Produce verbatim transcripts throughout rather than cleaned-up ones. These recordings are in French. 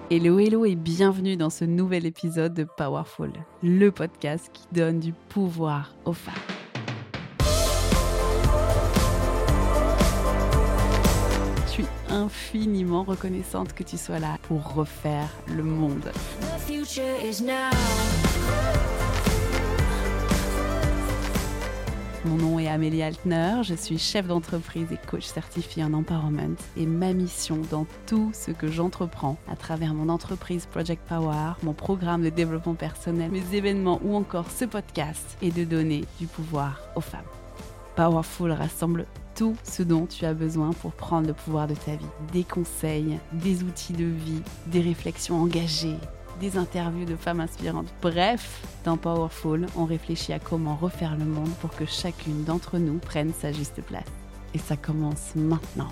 Hello, hello et bienvenue dans ce nouvel épisode de Powerful, le podcast qui donne du pouvoir aux femmes. Je suis infiniment reconnaissante que tu sois là pour refaire le monde. Mon nom est Amélie Altner, je suis chef d'entreprise et coach certifié en empowerment et ma mission dans tout ce que j'entreprends à travers mon entreprise Project Power, mon programme de développement personnel, mes événements ou encore ce podcast est de donner du pouvoir aux femmes. Powerful rassemble tout ce dont tu as besoin pour prendre le pouvoir de ta vie. Des conseils, des outils de vie, des réflexions engagées, des interviews de femmes inspirantes. Bref, dans Powerful, on réfléchit à comment refaire le monde pour que chacune d'entre nous prenne sa juste place. Et ça commence maintenant.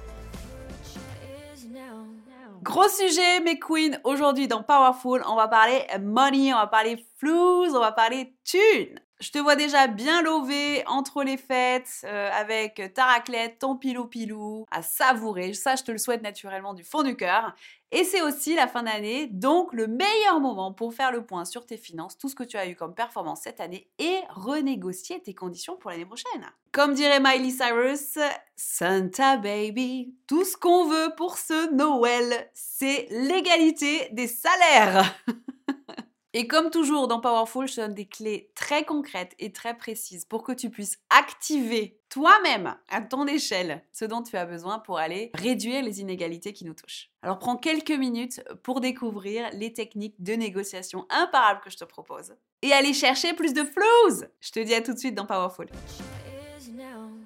Gros sujet, mes queens. Aujourd'hui, dans Powerful, on va parler money, on va parler flouze, on va parler thunes. Je te vois déjà bien lové entre les fêtes, euh, avec ta raclette, ton pilou-pilou, à savourer. Ça, je te le souhaite naturellement du fond du cœur. Et c'est aussi la fin d'année, donc le meilleur moment pour faire le point sur tes finances, tout ce que tu as eu comme performance cette année et renégocier tes conditions pour l'année prochaine. Comme dirait Miley Cyrus, Santa baby, tout ce qu'on veut pour ce Noël, c'est l'égalité des salaires. Et comme toujours dans Powerful, je te donne des clés très concrètes et très précises pour que tu puisses activer toi-même, à ton échelle, ce dont tu as besoin pour aller réduire les inégalités qui nous touchent. Alors prends quelques minutes pour découvrir les techniques de négociation imparables que je te propose et aller chercher plus de flouze. Je te dis à tout de suite dans Powerful.